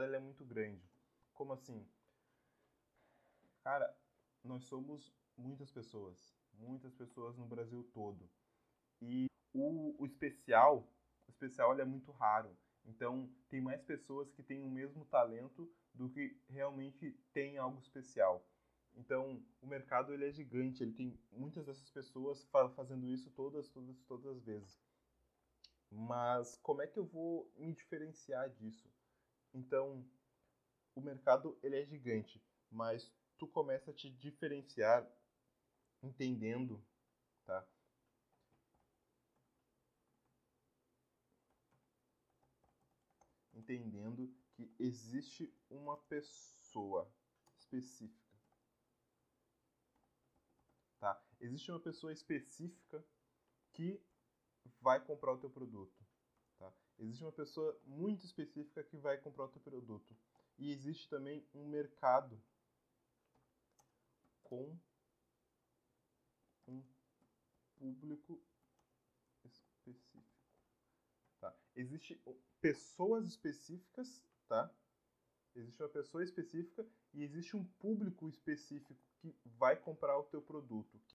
mercado ele é muito grande. Como assim? Cara, nós somos muitas pessoas no Brasil todo. E o especial ele é muito raro. Então, tem mais pessoas que têm o mesmo talento do que realmente tem algo especial. Então, o mercado ele é gigante, ele tem muitas dessas pessoas fazendo isso todas as vezes. Mas como é que eu vou me diferenciar disso? Então, o mercado ele é gigante, mas tu começa a te diferenciar entendendo, tá? Entendendo que existe uma pessoa específica, tá? Existe uma pessoa específica que vai comprar o teu produto, tá? Existe uma pessoa muito específica que vai comprar o teu produto. E existe também um mercado com um público específico, tá? Existem pessoas específicas, tá? Existe uma pessoa específica e existe um público específico que vai comprar o teu produto,